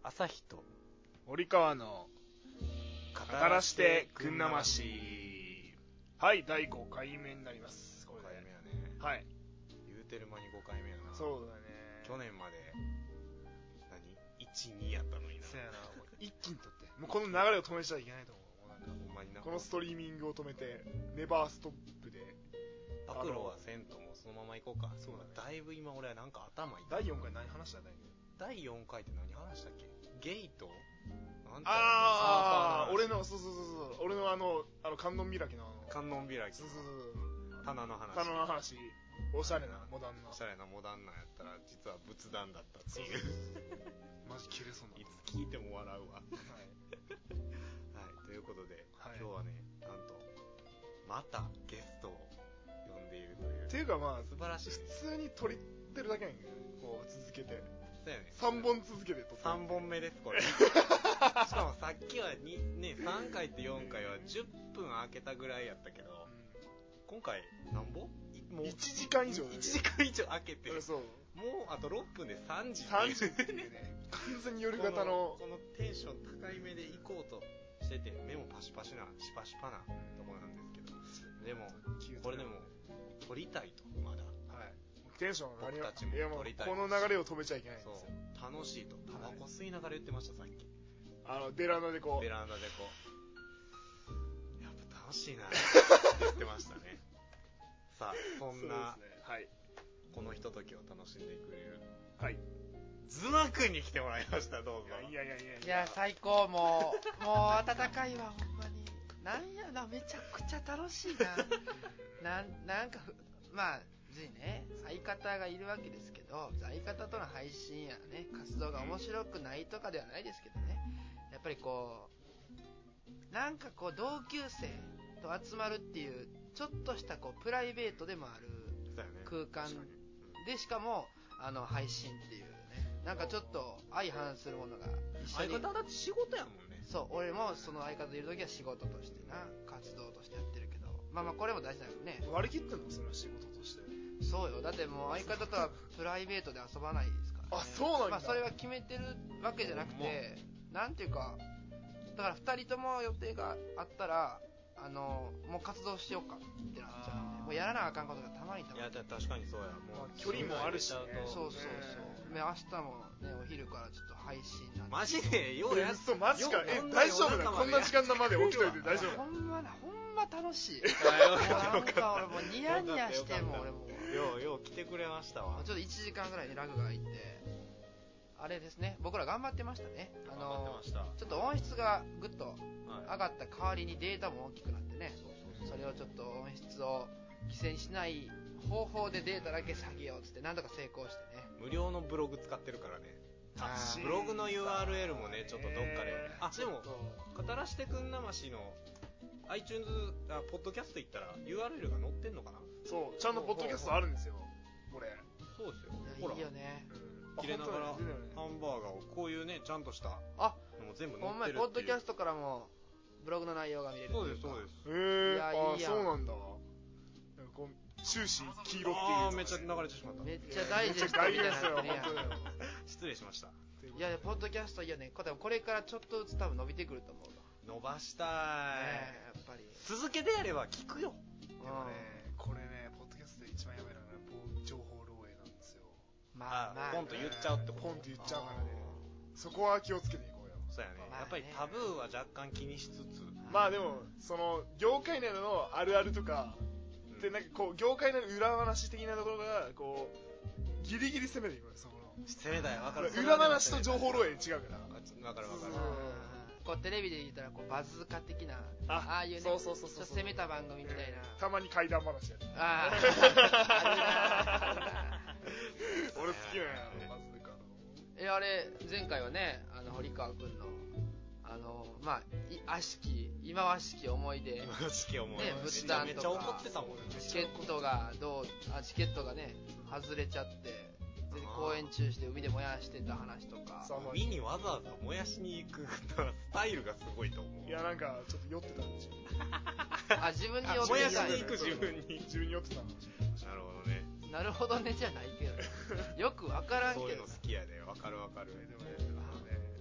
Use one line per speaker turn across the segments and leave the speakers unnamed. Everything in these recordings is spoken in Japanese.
朝日と
森川の語らしてくんなまし。はい、第5回目になります。
5回目やね。
はい。
言うてる間に5回目やな。
そうだね。
去年まで1、2やったのにな。
そうやな。一気にとって。もうこの流れを止めちゃいけないと思う。もうなんか
ほんまにな。
このストリーミングを止めてネバーストップで。
暴露はせんともそのまま行こうか。
そうだね。
だいぶ今俺はなんか頭痛い。
第4回何話したんだっけ？
第4回って何話したっけ？ゲイと
俺の俺の観音開きの
観音開き棚の話、
おしゃれなモダンな
やったら実は仏壇だったっていう
マジ切れそうな。
いつ聞いても笑うわはい、
はい、
ということで、
はい、
今日はねなんとまたゲストを呼んでいるという
っていうかまあ
素晴らしい、ね、
普通に撮ってるだけなんやけどね、こう続けて
そうやね、
3本続けて撮って
3本目ですこれしかもさっきは3回と4回は10分空けたぐらいやったけど、今回何本もう
1時間以上
空けて、
そう
もうあと6分で3時
っていうね完全に夜型の
このテンション高いめで行こうとしてて、目もパシパシなシパシパなところなんですけど、でもこれでも撮りたいとまだ、はい、
テンション上がり
僕たちも撮りたい、
この流れを止めちゃいけないんですよ。
そう楽しいとタバコ吸いながら言ってましたさっき。
ベランダでこう
やっぱ楽しいなって言ってましたねさあそんな、
ね、はい、
このひとときを楽しんでくれる、
はい、
ズマくんに来てもらいました。どうぞ。
いや最高、もう温かいわほんまに。なんやな、めちゃくちゃ楽しいななんかまあね、相方がいるわけですけど、相方との配信やね活動が面白くないとかではないですけどね、やっぱりこうなんかこう同級生と集まるっていうちょっとしたこうプライベートでもある空間で、しかも配信っていうね、なんかちょっと相反するものが一緒に。
相方だって仕事やもんね。
そう、俺もその相方いる時は仕事としてな、活動としてやってるけど、まあこれも大事だよね。
割り切ってんのそれは仕事として。
そうよ、だってもう相方とはプライベートで遊ばないですからね。
あ、そうなんだ。
まあそれは決めてるわけじゃなくて、なんていうか、だから2人とも予定があったらもう活動しようかってなっちゃうんで、もうやらなあかんことがたまに
いや確かにそうや、もう
距離もあるし、ね、
そう明日もねお昼からちょっと配信なんで。
マジでようやっ
そうマジか。大丈夫だ、こんな時間まで起きといて大丈夫。
ほんま楽しい。なんか俺もうニヤニヤしても俺も
よう来てくれましたわ。
ちょっと1時間ぐらいにラグが入って、あれですね、僕ら頑張ってましたね。ちょっと音質がぐっと上がった代わりにデータも大きくなってね、それをちょっと音質を犠牲にしない方法でデータだけ下げようっつってなんとか成功してね。
無料のブログ使ってるからね。ブログの URL もねちょっとどっかで、でも語らしてくんなましの iTunes ポッドキャスト行ったら URL が載ってんのかな。
そう、ちゃんとポッドキャストあるんですよこれ。
そうですよ。
ほらいいよね、
切れながらハンバーガーをこういうねちゃんとしたのも全部載ってるっていう。
ほんまにポッドキャストからもブログの内容が見れる。
そうですそうです。
いやいいやん。
そうなんだ。こう終始黄色っていう。
めっちゃ流れてしまった。
めっちゃ大事ですよ本当に。
失礼しました。
いやポッドキャストいいよね。これからちょっとずつ多分伸びてくると思うわ。
伸ばしたい、
やっぱり
続けてやれば聞くよ。
でもね、これね、ポッドキャストで一番やばいのが情報漏洩なんですよ。
まあポンと言っちゃうってこと。
ポンと言っちゃうからね、そこは気をつけていこうよ。
そうやね、やっぱりタブーは若干気にしつつ、
まあでもその業界内のあるあるとかで、なんかこう業界内の裏話的なところがこうギリギリ攻めていくのよ。そこの
攻めだよ。分かる。
裏話と情報漏洩違うから。
分かる。
こうテレビで言ったらこうバズーカ的なああいうね、
そう
攻めた番組みたいな、
たまに怪談話やる。俺好きなんやバズーカ。
あれ前回はね堀川君のまあ忌まわしき思い出ね、仏壇とか
めっちゃ怒ってたもんね。
チケットがね外れちゃって公演中して海で燃やしてた話とか。
海にわざわざ燃やしに行くスタイルがすごいと思う。
いやなんかちょっと酔ってたんでしょ。
自分に酔ってた。
燃やしに行く自分に
酔ってたんでしょ。
なるほどね。
なるほどねじゃないけどよくわからんけど。
そういうの好きやで。わかる。
でもね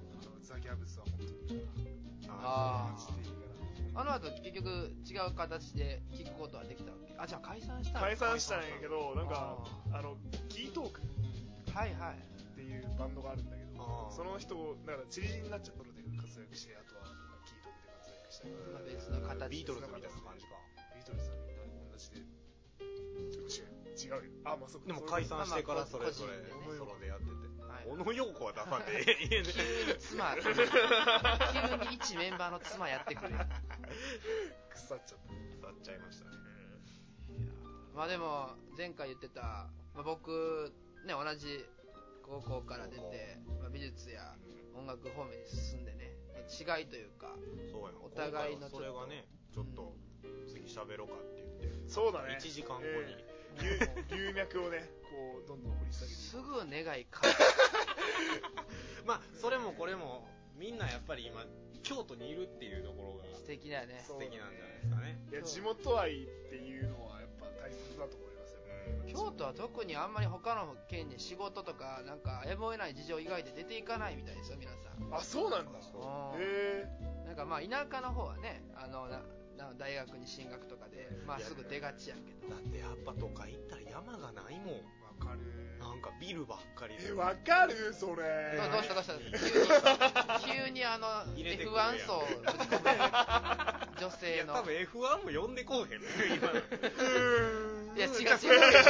ザ・ギャブズは本当に
あ
マジでいいから
あの後結局違う形で聞くことはできたわけ。あ、じゃあ解散したの？
解散したんやけど、なんかキートーク
はいはい
っていうバンドがあるんだけど、その人だからチリジになっちゃったので活躍して、あとはキートークで活躍したり、
まあ別の形。
ビートルズみたいな感じか。
ビートルズはみんな同じで違うよ。あ、まあそうか。
でも解散してからそれぞれソロでやってて、小野陽子は出さんで家で
妻急に一メンバーの妻やってくれる。
腐っちゃった。
腐っちゃいましたね。
まあでも前回言ってた、まあ、僕ね同じ高校から出て、まあ、美術や音楽方面に進んでね、違いというか、
そうや
お互いの
それがねちょっと次喋ろうかって言って、
そうだね。
1時間後に、
流脈をねこうどんどん掘り下げて
すぐ願いか
まあそれもこれもみんなやっぱり今京都にいるっていうところが
素敵だよね。
素敵なんじゃないですかね。
いや地元愛っていうのはやっぱ大切だと思いますよ、
京都は特にあんまり他の県に仕事とかなんかやむを得ない事情以外で出ていかないみたいですよ皆さん。
あ、そうなんだ。
なんかまあ田舎の方はね大学に進学とかでまあすぐ出がちやけど、
だってやっぱ都会行ったら山がないもん。
わかる。
なんかビルばっかりで。
わかるそれ。
どうした急にF1 層ぶち込める女性の。
いや多分 F1 も呼んでこうへんね今
いや違う18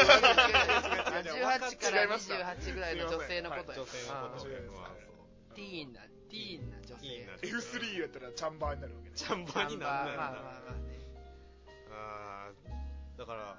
から28ぐらいの女性のことや。
女性のこと
ティーンな女性。
F3 やったらチャンバーになるわけね。
チャンバーになるんだよな。
まあね。
だから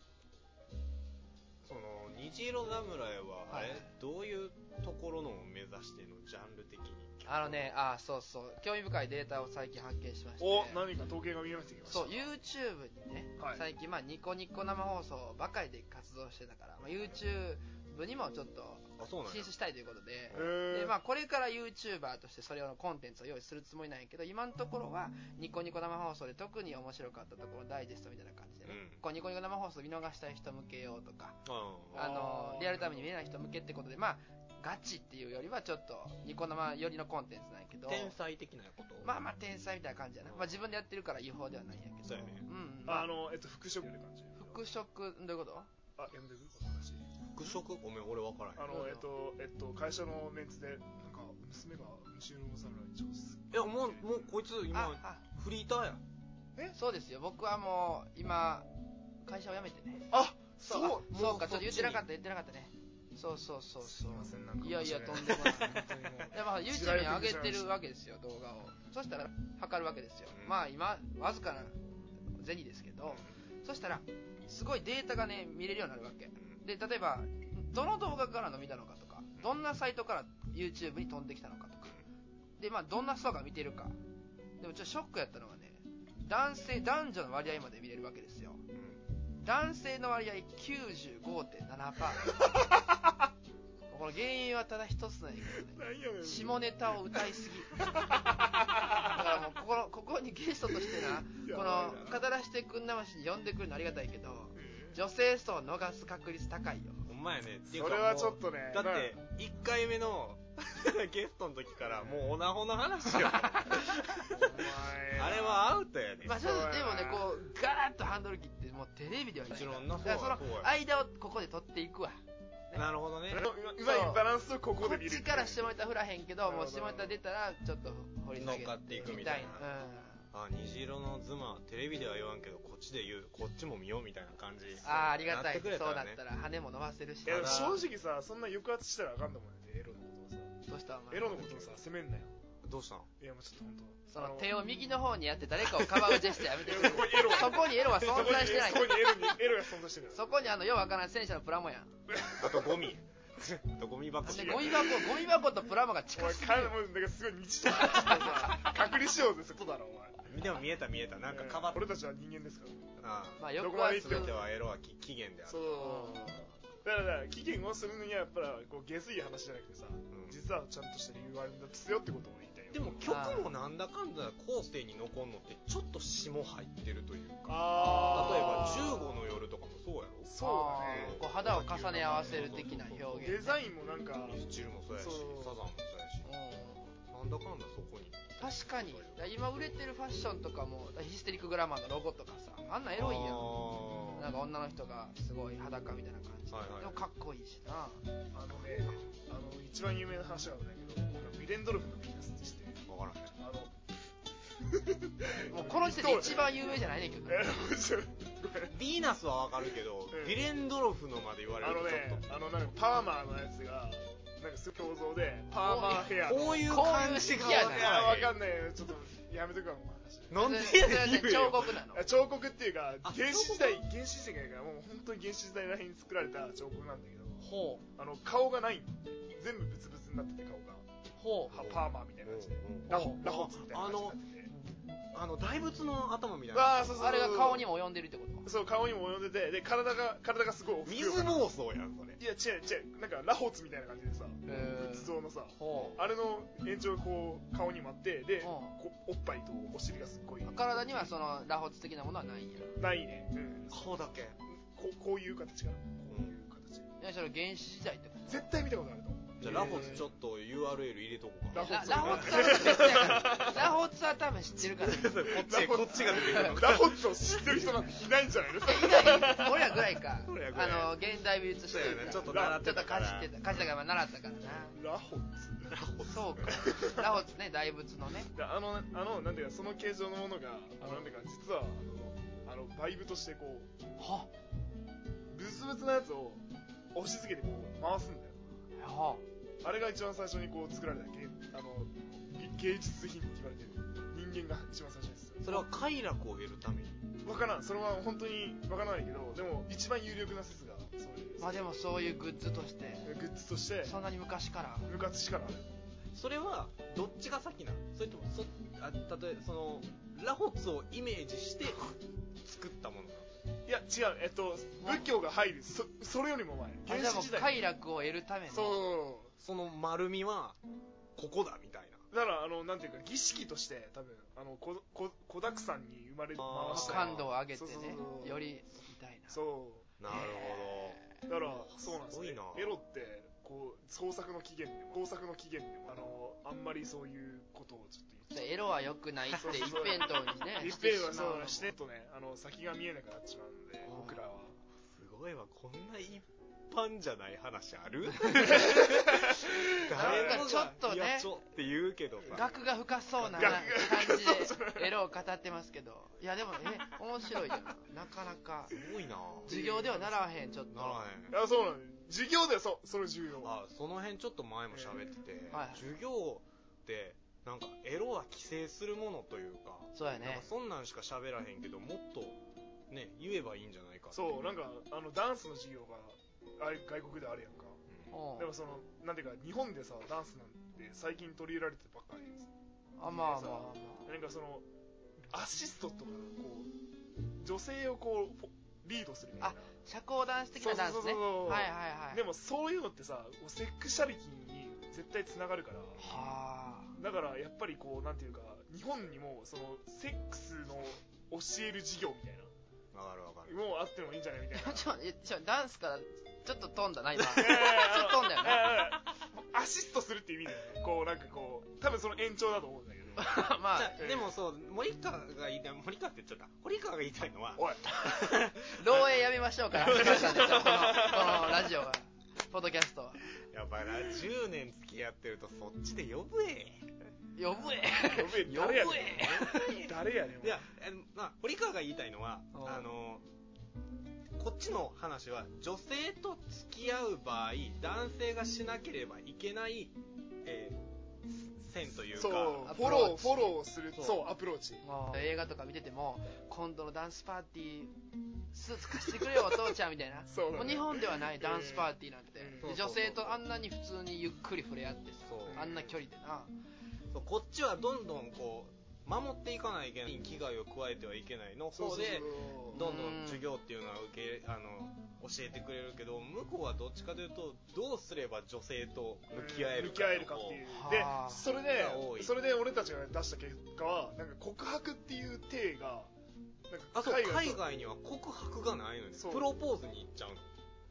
その虹色侍はあれ、どういうところのを目指してのジャンル的に。
そう興味深いデータを最近発見しまして。
何か統計が見えましてきました。
そう YouTube にね、最近まあニコニコ生放送ばかりで活動してたから、まあ、YouTube にもちょっと進出したいということで、まあこれから YouTuber としてそれをコンテンツを用意するつもりなんやけど、今のところはニコニコ生放送で特に面白かったところダイジェストみたいな感じでね、こうニコニコ生放送見逃したい人向けようとか、リアルタイムに見れない人向けってことで、まあガチっていうよりはちょっとニコ生寄りのコンテンツなんやけど、
天才的なこと。
まあ天才みたいな感じやな。まあ自分でやってるから違法ではないんやけど。
そうやね。
復職って感じ。
復職どういうこと？
やめてくこの話。
復職？ごめん俺分からへん。
会社のメンツでなんか娘が虫色の侍超好き。
いやもうこいつ今フリーターや。
そうですよ。僕はもう今会社を辞めてね。そうかちょっと言ってなかったね。そうすいません。なんかいやとんでもないでも YouTube に上げてるわけですよ動画を。そしたら測るわけですよ、まあ今わずかな銭ですけど、そしたらすごいデータがね見れるようになるわけで、例えばどの動画からの見たのかとか、どんなサイトから YouTube に飛んできたのかとかで、まあどんな人が見てるか。でもちょっとショックやったのはね、男女の割合まで見れるわけですよ。男性の割合 95.7%。この原因はただ一つなんやけどね、下ネタを歌いすぎだからもうここにゲストとしてな、この語らせてくんなましに呼んでくるのありがたいけど、女性層を逃す確率高いよ。
ほんまやね。
それはちょっとね。
だって1回目のゲストの時からもうオナホの話よあれはアウトやね。
まあちょっとでもね、こうガラッとハンドル切ってもうテレビではないから、だからその間をここで取っていくわ。
なるほどね。
うまいバランスをここで見る。
こっちから下ネタ振らへんけど、もう下ネタ出たらちょっと掘り下げ
乗っかっていくみたいな。虹色の妻テレビでは言わんけどこっちで言う、こっちも見ようみたいな感じ。
ありがたい。そうだったら羽も伸ばせるし。
正直さ、そんな抑圧したらあかんと思うね。エロのことをさ。
どうしたお前。
エロのことをさ責めんなよ。
どうしたん？
いやもうちょっと本当。
その手を右の方にやって誰かをかばうジェスチャーやめてくれ。そこにエロは存在してない。
そこにエロが存在してる。
そこにようわからん戦車のプラモやん。
あとゴミゴミ箱
とプラモが近すぎる。
もうだからすごい日常的にさ隔離しようぜそうだろお前。
でも見えたなんかかばっ
俺たちは人間ですから。
まあよく
は全てはエロは期限である。
そうだから期限をするのにはやっぱりこう下水い話じゃなくてさ、実はちゃんとした理由があるんですよってことを言いたいよ。
でも曲もなんだかんだ後世に残るのってちょっと下入ってるというか、例えば15の夜とかもそうやろ。
そうだね。
こう肌を重ね合わせる的な表現。
デザインもなんか
ミスチルもそうやし、サザンもそうやし、なんなんだかんだそこに
確かに今売れてるファッションとかもヒステリックグラマーのロゴとかさ、あんなエロいやん。なんか女の人がすごい裸みたいな感じで、
はいはい、
でもかっこいいしな。
一番有名な話なんだけど、ヴィレンドルフのヴィーナスって知ってる？
分からへん。
もうこの時点で一番有名じゃないねんけどね。
ヴィーナスは分かるけど、ヴィレンドロフのまで言われるとちょっと
なんかパーマーのやつがなんかすごい胸像でパーマーヘア
こういう感じが
分かんないよ。ちょっとやめとくわ、もう話。
なんで
彫刻なの？
彫刻っていうか原始時代からもう本当に原始時代らへんに作られた彫刻なんだけど、顔がないんで全部ブツブツになってて、顔がパーマーみたいな感じでラホツみたいな感じになってて、
大仏の頭みたいな。
あ
れが顔にも及んでるってこと？
そう、顔にも及んでて、で体がすごい
水妄想やんそれ。
いや違う、なんかラホツみたいな感じでさ、仏像のさ、あれの延長がこう顔にもあって、でおっぱいとお尻がすっごい。
体にはそのラホツ的なものはないんや。
ないね。
顔だけ。
こういう形かな。こういう形。
いや、それ原始時代ってこと？
絶対見たことあると思う。
じゃあラホツちょっと URL 入れとこうかな。
ラホツは別やから。ラホツは多分知ってるから。
こっちが出てくるの。
ラホツを知ってる人なんていないんじゃないの？
いない。俺らぐらいか。現代美術史というか。
ちょっと習ってたから。
かじったから習ったからな。
ラホツ。
そうか。ラホツね、大仏のね。
なんていうか、その形状のものが、なんていうか、実はバイブとしてこう、ブツブツなやつを押し付けてこう回すんだよ。あれが一番最初にこう作られた芸術品って言われてる人間が一番最初です。
それは快楽を得るために？
わからん。それは本当にわからないけど、でも一番有力な説がそういう。
まあでもそういうグッズとして。
そ
んなに昔から。
昔からある。
それはどっちが先なの？それとも例えばそのラホツをイメージして作ったものなの？
いや違う。仏教が入るそれよりも前。
原始時代。快楽を得るための。
その丸みはここだみたいな。
だからなんていうか儀式として多分子だくさんに生まれ回した
感度を上げてね、よりみたいな。
そう。
なるほど。
だからそうなんですね。エロってこう創作の起源でもあんまりそういうことをちょっと言って。
エロは良くないって一辺倒にね。
一辺はそうだしてとね、先が見えなくなってしまうので、僕らは。
すごいわ、こんな一般じゃない話ある？
なんかちょっとね、
って言うけどさ、
額が深そうな感じでエロを語ってますけど、いやでもね、面白いよなかなか。
すごいな。
授業ではならへん、ちょっと。
ならへん。いや、そうなの。授業ではそれ重要。
その辺ちょっと前も喋ってて、授業ってなんかエロは規制するものというか、
そうやね。
なんかそんなんしか喋らへんけど、もっとね言えばいいんじゃないか。
そう、なんかダンスの授業が外国であるやんか。でもなんていうか日本でさダンスなんて最近取り入れられてばっかりです。
まあ。
なんかアシストとかこう女性をこうリードするみたいな。
社交ダンス的なダンスね。はい。
でもそういうのってさ、セクシャリティに絶対つながるから。だからやっぱりこうなんていうか日本にもセックスの教える授業みたいな。
わかる。
もうあってもいいんじゃないみたいな。
ダンスからちょっと飛んだな今。ちょっと飛んだよね。
アシストするっていう意味でね、こうなんかこう多分その延長だと思うんだけど。
まあでもそう森川って言っちゃった。堀川が言いたいのは、
おい。
漏洩やめましょうか。このラジオは、ポッドキャストは。
やっぱり10年付き合ってるとそっちで呼ぶえ。
誰やねん。
いや、堀川が言いたいのは、こっちの話は女性と付き合う場合、男性がしなければいけない、線というか、
そうフォローする、そうアプローチ。
映画とか見てても、今度のダンスパーティースーツ貸してくれよお父ちゃんみたいな。もう日本ではないダンスパーティーなんて、女性とあんなに普通にゆっくり触れ合ってさ、あんな距離でな。
こっちはどんどんこう守っていかないといけない、危害を加えてはいけないの方でどんどん授業っていうのは教えてくれるけど、向こうはどっちかというとどうすれば女性と向き合えるか
っていう。でそれで俺たちが出した結果はなんか告白っていう体がなんか
海外には告白がないのにプロポーズに行っちゃうの。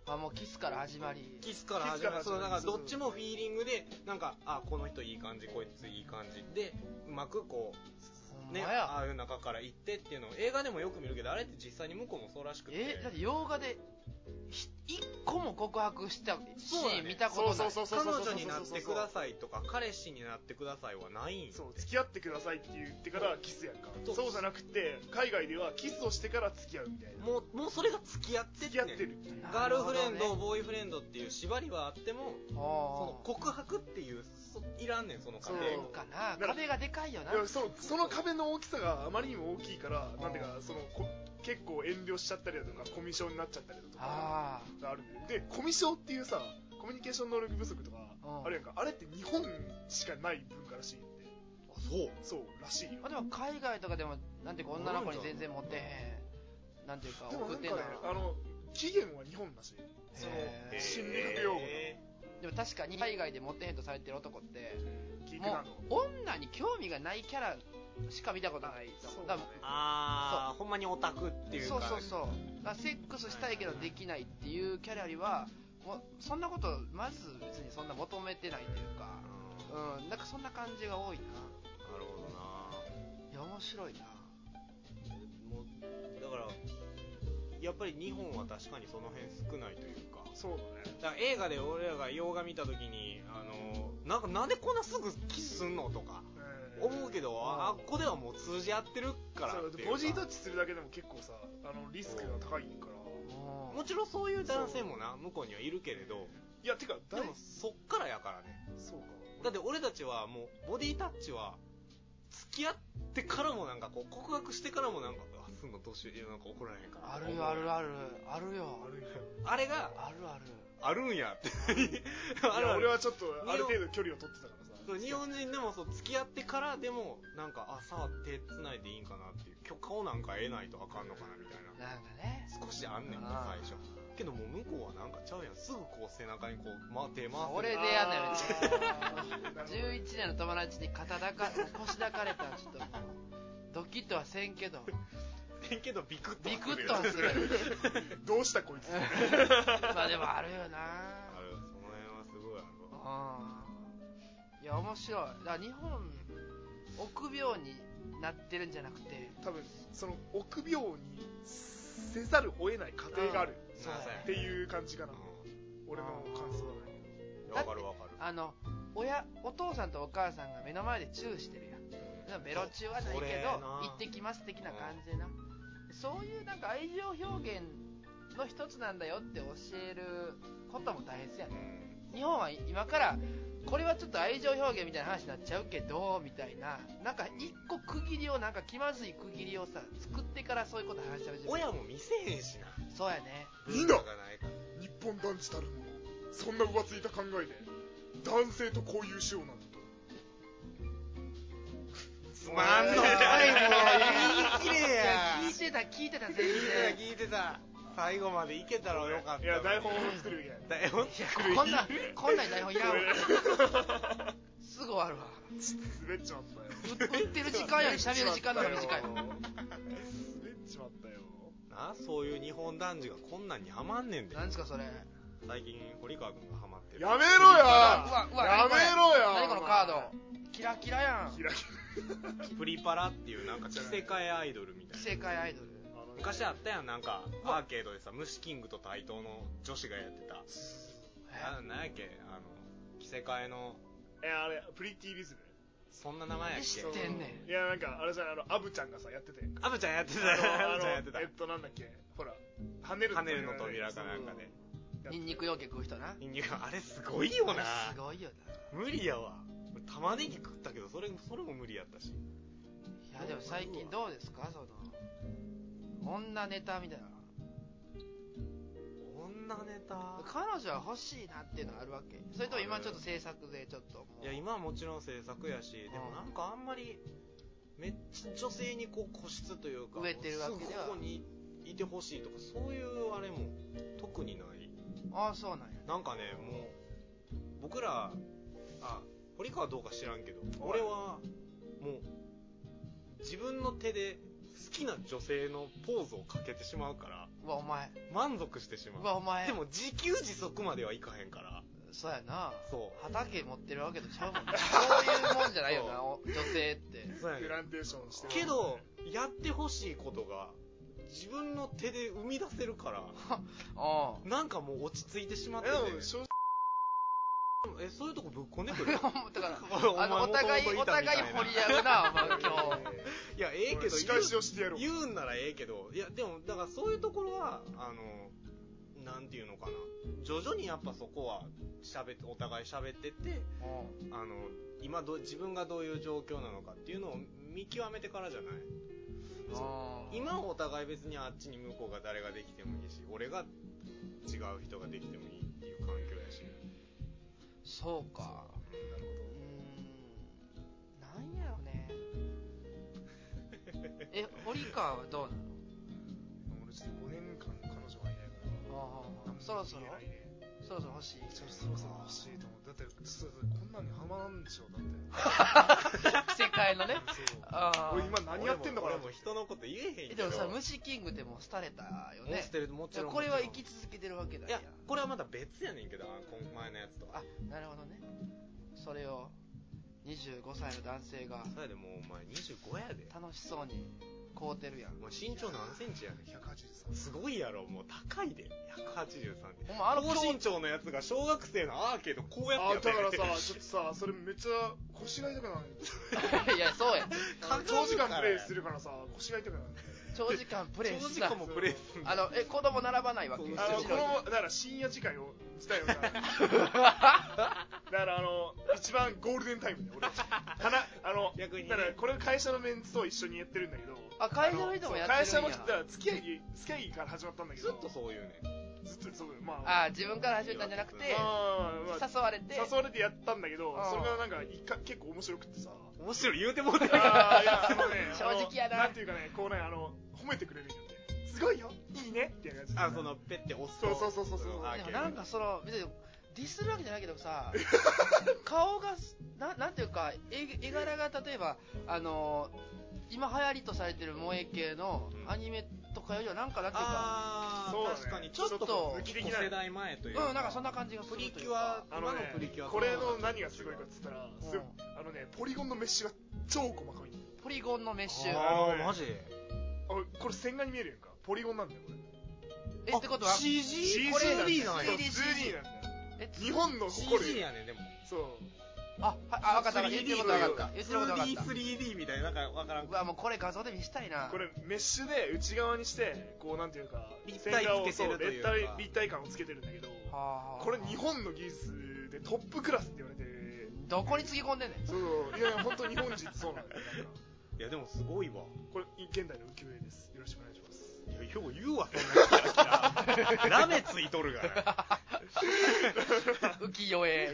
もうキスから始まり
そうだからどっちもフィーリングでなんかこの人いい感じこいついい感じでうまくこうねああいう中から行ってっていうのを映画でもよく見るけどあれって実際に向こうもそうらしくて
だって洋画で一個も告白したシーン見たことない。
彼女になってくださいとか彼氏になってくださいはないんよ。
そう付き合ってくださいって言ってからキスやんか。そうじゃなくて海外ではキスをしてから付き合うみたいな。
もうそれが付き合ってるガールフレンドボーイフレンドっていう縛りはあってもその告白っていういらんねんその壁
かな。壁がでかいよな。
その壁の大きさがあまりにも大きいからなんていうか結構遠慮しちゃったりだとかコミュ障になっちゃったりだとかがあるんでコミュ障っていうさコミュニケーション能力不足とかあるやんか。あれって日本しかない文化らしいんで。そうらしいよ。
でも海外とかでもなんていうか女の子に全然モテへんなんていうか
送ってんの起源は日本だしその心理学用語
でも確かに海外でモテへんとされてる男って
聞いて
もう女に興味がないキャラしか見たことないと思う。
ほんまにオタクっていうか
そうセックスしたいけどできないっていうキャラよりはもうそんなことまず別にそんな求めてないというかなんかそんな感じが多いな。
なるほどな。
いや面白いな。
もうだからやっぱり日本は確かにその辺少ないというか。
そう
だね。だから映画で俺らが洋画見た時になんでこんなすぐキスすんのとか思うけどここではもう通じ合ってるからっていうか。
ボディタッチするだけでも結構さリスクが高いから。
もちろんそういう男性もな向こうにはいるけれど
いやてか
でもそっからやからね。
そうか。
だって俺たちはもうボディタッチは付き合ってからもなんかこう告白してからもなんかすんのどうしようなんか怒られへんから
あるよ
あれがあるんやって
俺はちょっとある程度距離を取ってたからさ。
日本人でも付き合ってからでもなんかさあ手つないでいいんかなっていう顔なんか得ないとあかんのかなみたいな
なんかね
少しあんねんな最初けどもう向こうはなんかちゃうやんすぐこう背中にこう手回す
俺でやんのよ11年の友達に腰抱かれたらちょっとドキッとはせんけど
ビクッ
とはする
どうしたこいつ
まあでもあるよな。
あるその辺はすごいある。
いや面白い。だから日本臆病になってるんじゃなくて
多分その臆病にせざるを得ない過程があるっていう感じかな。俺の感想は。
わかる
お父さんとお母さんが目の前でチューしてるやん。ベロチューはないけど行ってきます的な感じでな。そういうなんか愛情表現の一つなんだよって教えることも大切やね。日本は今からこれはちょっと愛情表現みたいな話になっちゃうけどみたいななんか一個区切りをなんか気まずい区切りをさ作ってからそういうこと話し始める。
親も見せへんしな。
そうやね。
いいんだ日本男児たるもそんな浮ついた考えで男性と交友しようなんと
つまんのかいもう言い切れや。
聞いてた全然
聞いてた。最後までいけたらよかった。
いや台本を作るやん。
台本作る。こんなん台本いらんわ。すぐ終わるわ。
滑っちまったよ。
売ってる時間より喋る時間の方が短いわ。
滑っちまったよ。
なそういう日本男児がこんなんにハマんねんで。
なんですかそれ。
最近堀川君がハマってる。
やめろや。やめろや。
何このカード。キラキラやん。
プリパラっていうなんか着せ替えアイドルみたいな。
着せ替えアイドル。
昔あったやんなんかアーケードでさ虫キングと対等の女子がやってた。なんやっけ着せ替えの。
あれプリティリズム。
そんな名前やっけ。
知ってんねん。
いやなんかあれじゃアブちゃんがさやってて。
アブちゃんやってた。
なんだっけほら跳ねる
の扉かなんかで。
ニンニクよけ食う人な。
ニンニクあれすごいよな。
すごいよな。
無理やわ。玉ねぎ食ったけどそれも無理やったし。い
やでも最近どうですかその女ネタみたいな。
女ネタ。
彼女は欲しいなっていうのはあるわけ。それとも今ちょっと制作でちょっと。
いや今はもちろん制作やし、でもなんかあんまりめっちゃ女性にこう固執というか
植えてるわけでは。
ここにいてほしいとかそういうあれも特にない。
ああそうなんや。
なんかねもう僕ら堀川どうか知らんけど俺はもう自分の手で好きな女性のポーズをかけてしまうから、
うわお前
満足してしまう。
うわお前
でも自給自足まではいかへんから。
そうやな。
そう
畑持ってるわけとちゃうもんね。そういうもんじゃないよな、女性って。
そうやね。
プランテーションしてる
けどやってほしいことが自分の手で生み出せるからなんかもう落ち着いてしまってて、そういうとこぶっこんでくるだからお互い掘り合うな、お前今日。いや、ええけど、言うんならええけど、いや、でも、だからそういうところは、なんていうのかな、徐々にやっぱそこは、お互い喋ってて、今自分がどういう状況なのかっていうのを見極めてからじゃない？今お互い別にあっちに向こうが誰ができてもいいし、俺が違う人ができてもいいっていう環境やし。
そうか。なるほど。なんやろね。堀川はどうなの？
俺ちょっと5年間彼女がいないから。
そろそろ欲しい。
そろそろ欲しいと思う。だってこんなんにハマらんでしょ、だって。
世界のね。
俺今何やってんだから。
俺も人のこと言えへんけど。
でもさ、虫キングってもう廃れたよね。
もちろん。
これは生き続けてるわけだよ。
いや、これはまだ別やねんけど、前のやつとは。
なるほどね。それを25歳の男性が。
それでもうお前25やで。
楽しそうに買うてるやん。
もう身長何センチやねん。
183。
すごいやろ、もう高いで。183で。
高
身長のやつが小学生のアーケードこうやってやって
だからさ、ちょっとさ、それめっちゃ腰が痛くなる。
いや、そうや。
長時間プレイするからさ、腰が痛くなる。
長時間プレイする。
長時間もプレイする。
子供並ばないわけ。
子供、だから深夜時間自体をさ、だから一番ゴールデンタイムで、俺。逆に。だからこれ会社のメンツと一緒にやってるんだけど。
会社の人もやってるんや。
会社の人は付き合いから始まったんだけど。
ずっとそういうね。
ずっとそう、
自分から始めたんじゃなくて、誘われて
やったんだけど、それがなんか結構面白くってさ。
面白い言うてもうてる。
いや、
正直やな。
なんていうかね、こうね、褒めてくれるんだって。すごいよ、いいねっていう感じ。
そのペッて押すと。
そう。
でもなんか別にディスるわけじゃないけどさ、顔がなんていうか絵柄が例えば今流行りとされてる萌え系のアニメとかよりはなんかなんていうか、
確かにちょっと世代前というか、
なんかそんな感じがする。
プリキュア、今のプリキュア、
これの何がすごいかっつったら、ポリゴンのメッシュが超細かい。
ポリゴンのメッシュ。
マジ？
これ線画に見えるやんか。ポリゴンなんだよこ
れ。ってことは
CG？
これ
2D なんや。
2D なんだよ。日本の誇る
CG やねん。でも
そう。
分かった。言ってること分かった。
3D みたいな、なんか分からん。
うわ、もうこれ画像で見したいな。
これメッシュで内側にしてこうなんていうか
立体つけてるというか
立体感をつけてるんだけど、これ日本の技術でトップクラスって言われて、
どこにつぎ込んでんねん。
そう、いや本当日本人そうなんだよ。
いやでもすごいわ。
これ現代の浮世絵です。よろしくお願いします。
いやよう言うわ、そんなキラキララメついとるがな。
浮世絵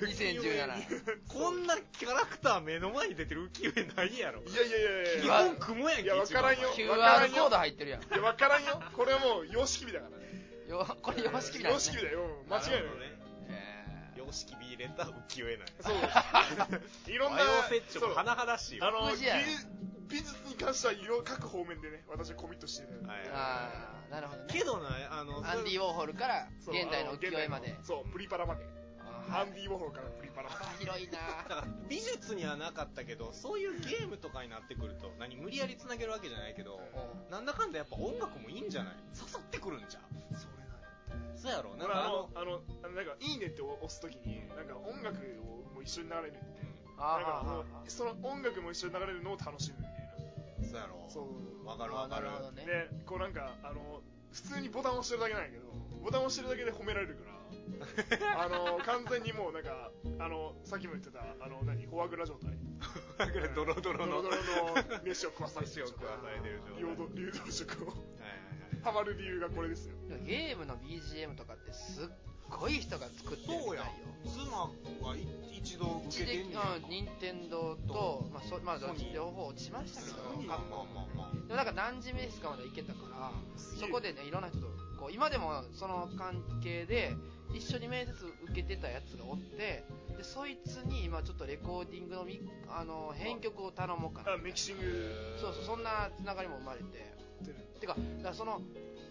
2017。
こんなキャラクター目の前に出てる浮世絵ないやろ。
いや
基本雲やんけ。
いや分からんよ。
QR コード入ってるやん。
いや分からんよ。これはもう様式美だからね。
これ様式美だね。
様式美だよ。間違いない。
様式美入れた浮世絵なんや。
そういろんな
和洋折衷も甚だしいよ。
美術に関しては各方面でね、私はコミットしてる。
なるほどね。
けどな、
アンディ・ウォーホルから現代の浮世絵まで。
そう、プリパラまで。アンディ・ウォーホルからプリパラまで。
広いな。
だから美術にはなかったけど、そういうゲームとかになってくると、無理やりつなげるわけじゃないけど、なんだかんだやっぱ音楽もいいんじゃない？刺さってくるんじゃん。
それなんやって。
そうやろ。
なんかいいねって押すときに、なんか音楽をも一緒に流れるって。なんかその音楽も一緒に流れるのを楽しむみたいな。
そうやろ。
そう。
わかるわかる。
で、こうなんか普通にボタンを押してるだけなんやけど、ボタンを押してるだけで褒められるから。完全にもうなんかさっきも言ってたフォアグラ状態。
ドロドロの
飯を食わされてる流動食をハマる理由がこれですよ。
ゲームの BGM とかってすっごい人が作ってるみたいよ。
妻は一度受けてんねん。
任天堂と両方落ちましたけど、でもなんか何時目ですかまで行けたから、そこでねいろんな人とこう今でもその関係で一緒に面接受けてたやつがおって、でそいつに今ちょっとレコーディングの編曲を頼もうかな。
ミキシング。
そうそんなつながりも生まれて。てかだからその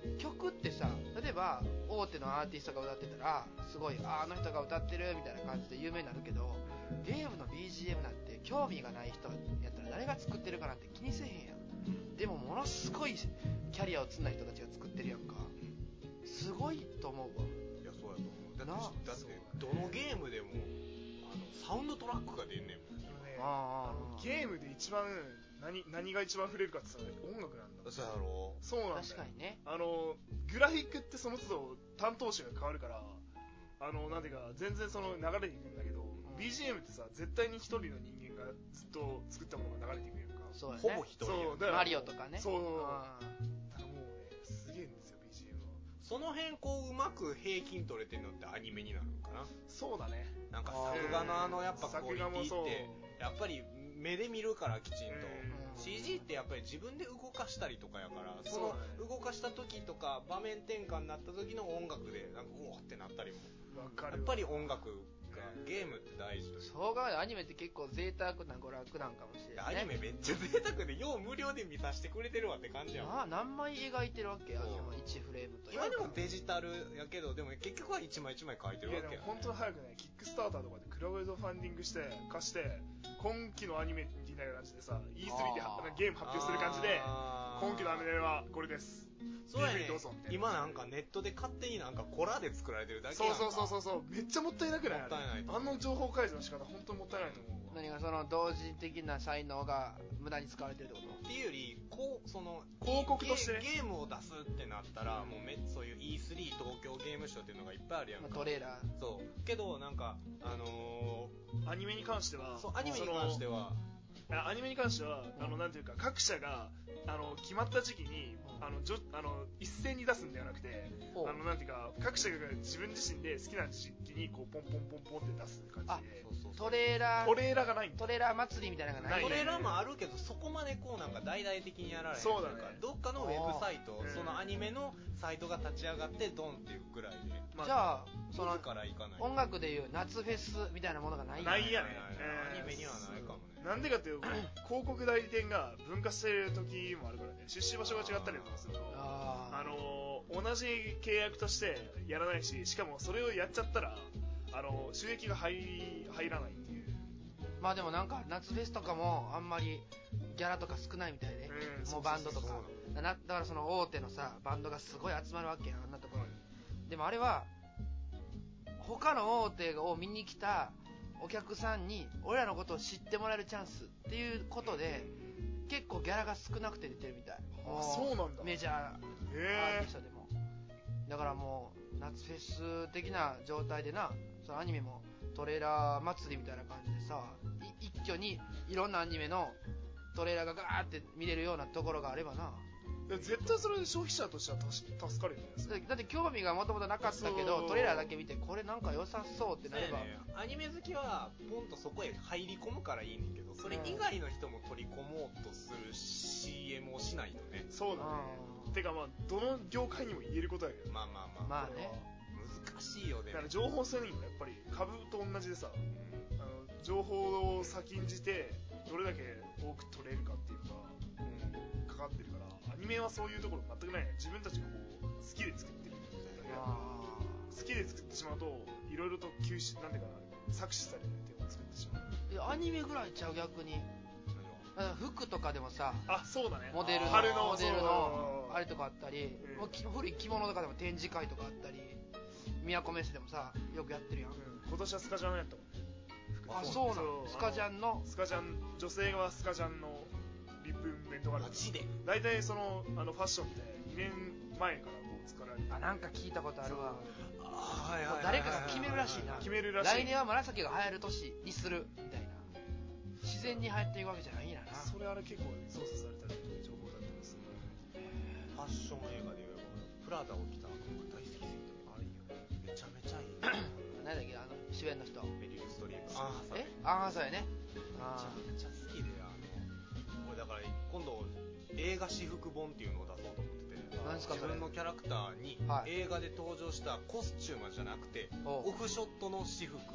曲ってさ、例えば大手のアーティストが歌ってたらすごいあの人が歌ってるみたいな感じで有名になるけど、ゲームの BGM なんて興味がない人やったら誰が作ってるかなんて気にせえへんやん。でもものすごいキャリアを積んだ人たちが作ってるやんか。すごいと思うわ。
いやそうやと思う。だってどのゲームでもサウンドトラックが出んねんもん。
ゲームで一番何が一番触れるかって言ったら音楽なんだ。
そうやろ。
そうなんだよ。
確かにね。
グラフィックってその都度担当者が変わるから、なんていうか全然その流れていくんだけど、BGM ってさ絶対に一人の人間がずっと作ったものが流れていくやんか。
そうやね。
ほぼ一人やん。
マリオとかね。
そう。だからもうねすげえんですよ BGM は。
その辺こううまく平均取れてるのってアニメになるのかな。
そうだね。
なんか作画のやっぱクオリティってやっぱり目で見るからきちんと。CG ってやっぱり自分で動かしたりとかやから、その動かした時とか場面転換になった時の音楽でなんかうおってなったりも。やっぱり音楽がゲームって大事。
そう考えるとアニメって結構贅沢な娯楽なんかもしれない、ね。
アニメめっちゃ贅沢でよう無料で見させてくれてるわって感じやん。
何枚描いてるわけや、1フレームと。
今でもデジタルやけどでも結局は1枚1枚描いてるわけや、ね。
いやでも本当に早くねキックスターターとかでクラウドファンディングして貸して今期のアニメみたいな感じでさ E3 でゲーム発表する感じで今期のアニメはこれです。
そうやね。今なんかネットで勝手になんかコラで作られてるだけやんか。
そうめっちゃもったいなくない？
もったいない。
あの情報開示の仕方本当にもったいないと思う。
何がその同時的な才能が無駄に使われてるってこと？
っていうよりその
広告として
ゲームを出すってなったらもうそういう E3 東京ゲームショーっていうのがいっぱいあるやんか。
トレーラー。
そうけどなんか
アニメに関しては
アニメに関しては
なんていうか各社が決まった時期に一斉に出すんではなくてなんていうか各社が自分自身で好きな時期にこうポンポンポンポンって出す感じで。
トレーラー
がない。
トレーラー祭りみたいなのがない。
トレーラーもあるけどそこまでこうなんか大々的にやられへん。
そうだね。
どっかのウェブサイトそのアニメのサイトが立ち上がってドンっていうくらいで。
じゃあ
そのから行かない。
音楽でいう夏フェスみたいなものがない
やね。
アニメにはないかもね。
なんでかっていうと広告代理店が分化してる時もあるからね。出資場所が違ったりとかすると同じ契約としてやらないし、しかもそれをやっちゃったら収益が入らないっていう。
まあでもなんか夏フェスとかもあんまりギャラとか少ないみたいで、もうバンドとかだからその大手のさバンドがすごい集まるわけやん、あんなところに。でもあれは他の大手を見に来たお客さんに俺らのことを知ってもらえるチャンスっていうことで結構ギャラが少なくて出てるみたい。
そうなんだ。
メジャーアーティストでも。だからもう夏フェス的な状態でな、そのアニメもトレーラー祭りみたいな感じでさ、一挙にいろんなアニメのトレーラーがガーって見れるようなところがあればな。
絶対それで消費者としては助かるよね。
だって興味がもともとなかったけどトレーラーだけ見てこれなんか良さそうってなれば、
アニメ好きはポンとそこへ入り込むからいいねんけど、それ以外の人も取り込もうとする CM をしないとね。
そうだね。てかまあどの業界にも言えることやけど、
まあね、難しいよね。
だから情報戦にもやっぱり株と同じでさ、情報を先んじてどれだけ多く取れるかっていうのが、かかってるから、アニメはそういうところ全くないね。自分たちがこう好きで作ってるだけだから、好きで作ってしまうといろいろとなんていうか搾取されるっていうのを作ってしまう。
アニメぐらいちゃう逆に。服とかでもさ、
そうだね、
モデルのあれとかあったり、古い着物とかでも展示会とかあったり、宮古メッセでもさよくやってるやん。
今年はスカジャンやったもんね。
そうなの。スカジャン
女性はスカジャンのリップイベントがある。
マジで
大体そのファッションって2年前からこう作られて、
なんか聞いたことあるわ。
はい
誰かが決めるらしいな。来年は紫が流行る年にするみたいな。自然に流行っていくわけじゃないんやな。
それ結構操作された情報だったんですね。
ファッション映画で言えばプラダを着たのが大好きすぎて、あれめちゃめちゃいい。
何だっけ主演の人。
メリル・ストリーム。
そうやね。
めちゃめちゃ好きで、これだから今度映画私服本っていうのを出そうと思ってて、
何ですかそれ。
自分のキャラクターに映画で登場したコスチュームじゃなくてオフショットの私服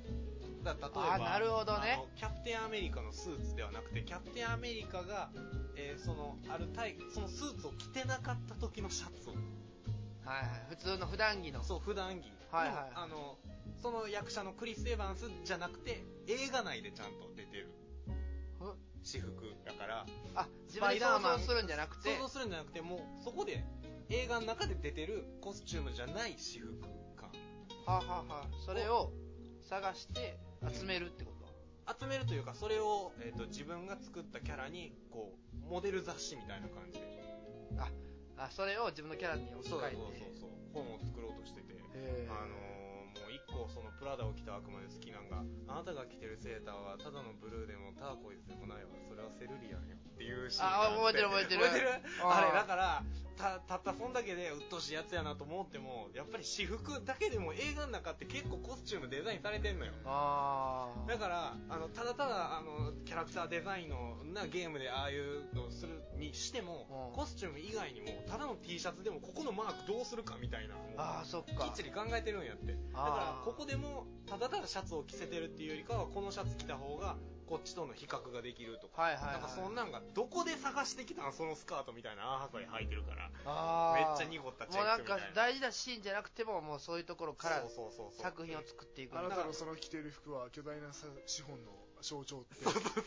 だ。例えば
なるほどね。
キャプテンアメリカのスーツではなくてキャプテンアメリカが、 そのスーツを着てなかった時のシャツを、
はいはい、普通の普段着の、
そう普段着の、
はいはいはい、
その役者のクリス・エヴァンスじゃなくて映画内でちゃんと出てる私服だから、
自分で想像するんじゃなくて、
もうそこで映画の中で出てるコスチュームじゃない私服感、
それを探して集めるってこと？
集めるというか、それを、自分が作ったキャラにこうモデル雑誌みたいな感じで、
それを自分のキャラに置き換えて、
そう本を作ろうとしてて、もう一個そのプラダを着た悪魔で好きなんが、あなたが着てるセーターはただのブルーでもターコイズでもないわ、それはセルリアンよっていうシーンがあって、
覚えてる
あれだからたったそんだけで鬱陶しいやつやなと思っても、やっぱり私服だけでも映画の中って結構コスチュームデザインされてんのよ。だからただキャラクターデザインのゲームでああいうのをするにしても、コスチューム以外にもただの T シャツでもここのマークどうするかみたいなのを
そっか、
きっちり考えてるんやって。だからここでもただシャツを着せてるっていうよりかは、このシャツ着た方がこっちとの比較ができるとか、なんかそんなんがどこで探してきたんそのスカートみたいなアーハサイ履いてるから、めっちゃ濁ったチェックみたいな。
もうなんか大事なシーンじゃなくても、もうそういうところから作品を作っていく。
あなたのその着てる服は巨大な資本の象徴って。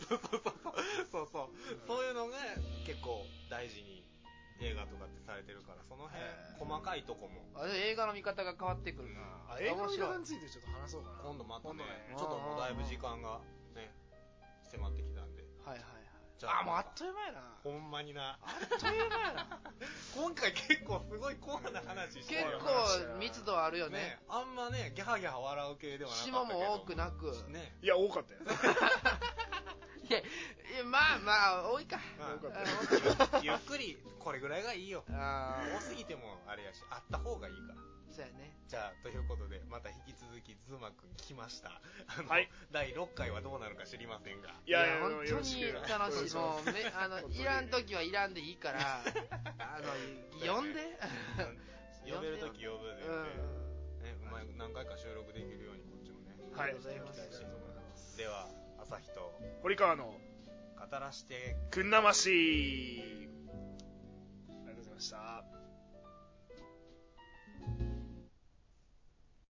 そういうのが結構大事に映画とかってされてるから、その辺細かいとこも
映画の見方が変わってくるな。
映画の見方についてちょっと話そうかな。
今度またね、ちょっともうだいぶ時間がね迫ってきたんで、
じゃあもうあっという間やな。
ほんまにな、
あっという間やな。
今回結構すごいコアな話してるよ。
結構密度あるよね。
あんまねギャハギャハ笑う系ではなかったけど、
下も多くなく
ね。いや多かったよ。
いやまあ多いか。
ゆっくりこれぐらいがいいよ。多すぎてもあれやし、あった方がいいから。
そうやね。
じゃあということで、また引き続きズマくん来ました。第6回はどうなるか知りませんが、
いや本当に楽しい。もういらん時はいらんでいいから呼んで
呼べる時呼ぶで何回か収録できるようにこっちもね、
ありがとうございます。
では朝日と
堀川の
語らして
くんなまし、ありがとうございました。